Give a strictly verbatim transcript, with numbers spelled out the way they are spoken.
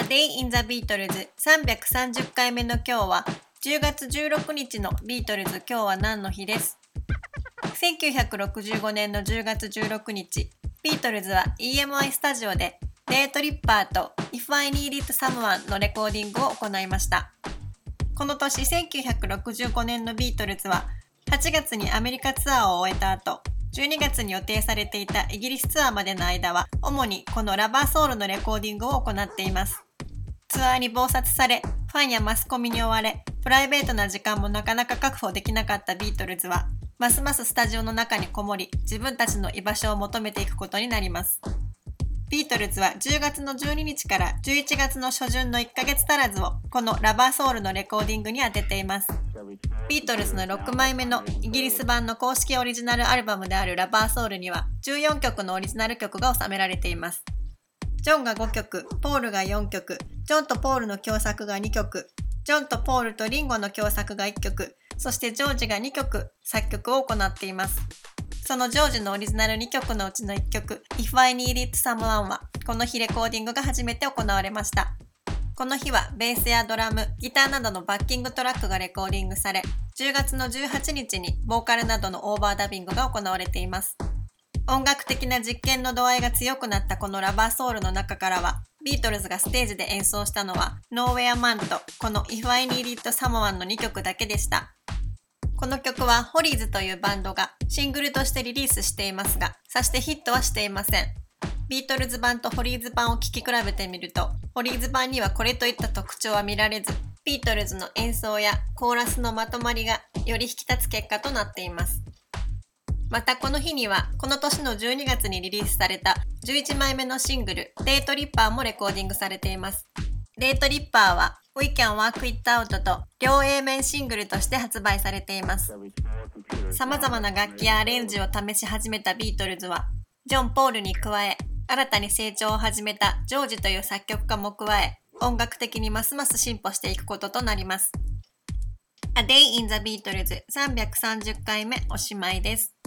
Day in the Beatles さんびゃくさんじゅっかいめの今日はじゅうがつじゅうろくにちのビートルズ今日は何の日です。せんきゅうひゃくろくじゅうごねんのじゅうがつじゅうろくにち、ビートルズは イーエムアイ スタジオでデイトリッパーと If I Needed Someone のレコーディングを行いました。この年せんきゅうひゃくろくじゅうごねんのビートルズははちがつにアメリカツアーを終えた後、じゅうにがつに予定されていたイギリスツアーまでの間は主にこのラバーソウルのレコーディングを行っています。ツアーに忙殺され、ファンやマスコミに追われ、プライベートな時間もなかなか確保できなかったビートルズは、ますますスタジオの中にこもり、自分たちの居場所を求めていくことになります。ビートルズはじゅうがつのじゅうににちからじゅういちがつの初旬のいっかげつ足らずをこのラバーソウルのレコーディングに当てています。ビートルズのろくまいめのイギリス版の公式オリジナルアルバムであるラバーソウルにはじゅうよんきょくのオリジナル曲が収められています。ジョンがごきょく、ポールがよんきょく、ジョンとポールの共作がにきょく、ジョンとポールとリンゴの共作がいっきょく、そしてジョージがにきょく作曲を行っています。そのジョージのオリジナルにきょくのうちのいっきょく If I Needed Someone はこの日レコーディングが初めて行われました。この日はベースやドラム、ギターなどのバッキングトラックがレコーディングされ、じゅうがつのじゅうはちにちにボーカルなどのオーバーダビングが行われています。音楽的な実験の度合いが強くなったこのラバーソウルの中からは、ビートルズがステージで演奏したのは Nowhere Man とこの If I Needed Someone のにきょくだけでした。この曲はホリーズというバンドがシングルとしてリリースしていますが、さしてヒットはしていません。ビートルズ版とホリーズ版を聴き比べてみると、ホリーズ版にはこれといった特徴は見られず、ビートルズの演奏やコーラスのまとまりがより引き立つ結果となっています。またこの日には、この年のじゅうにがつにリリースされたじゅういちまいめのシングル、デイトリッパーもレコーディングされています。デイトリッパーは、We Can Work It Out と両 A 面シングルとして発売されています。様々な楽器やアレンジを試し始めたビートルズは、ジョン・ポールに加え、新たに成長を始めたジョージという作曲家も加え、音楽的にますます進歩していくこととなります。A Day in the Beatles さんびゃくさんじゅっかいめおしまいです。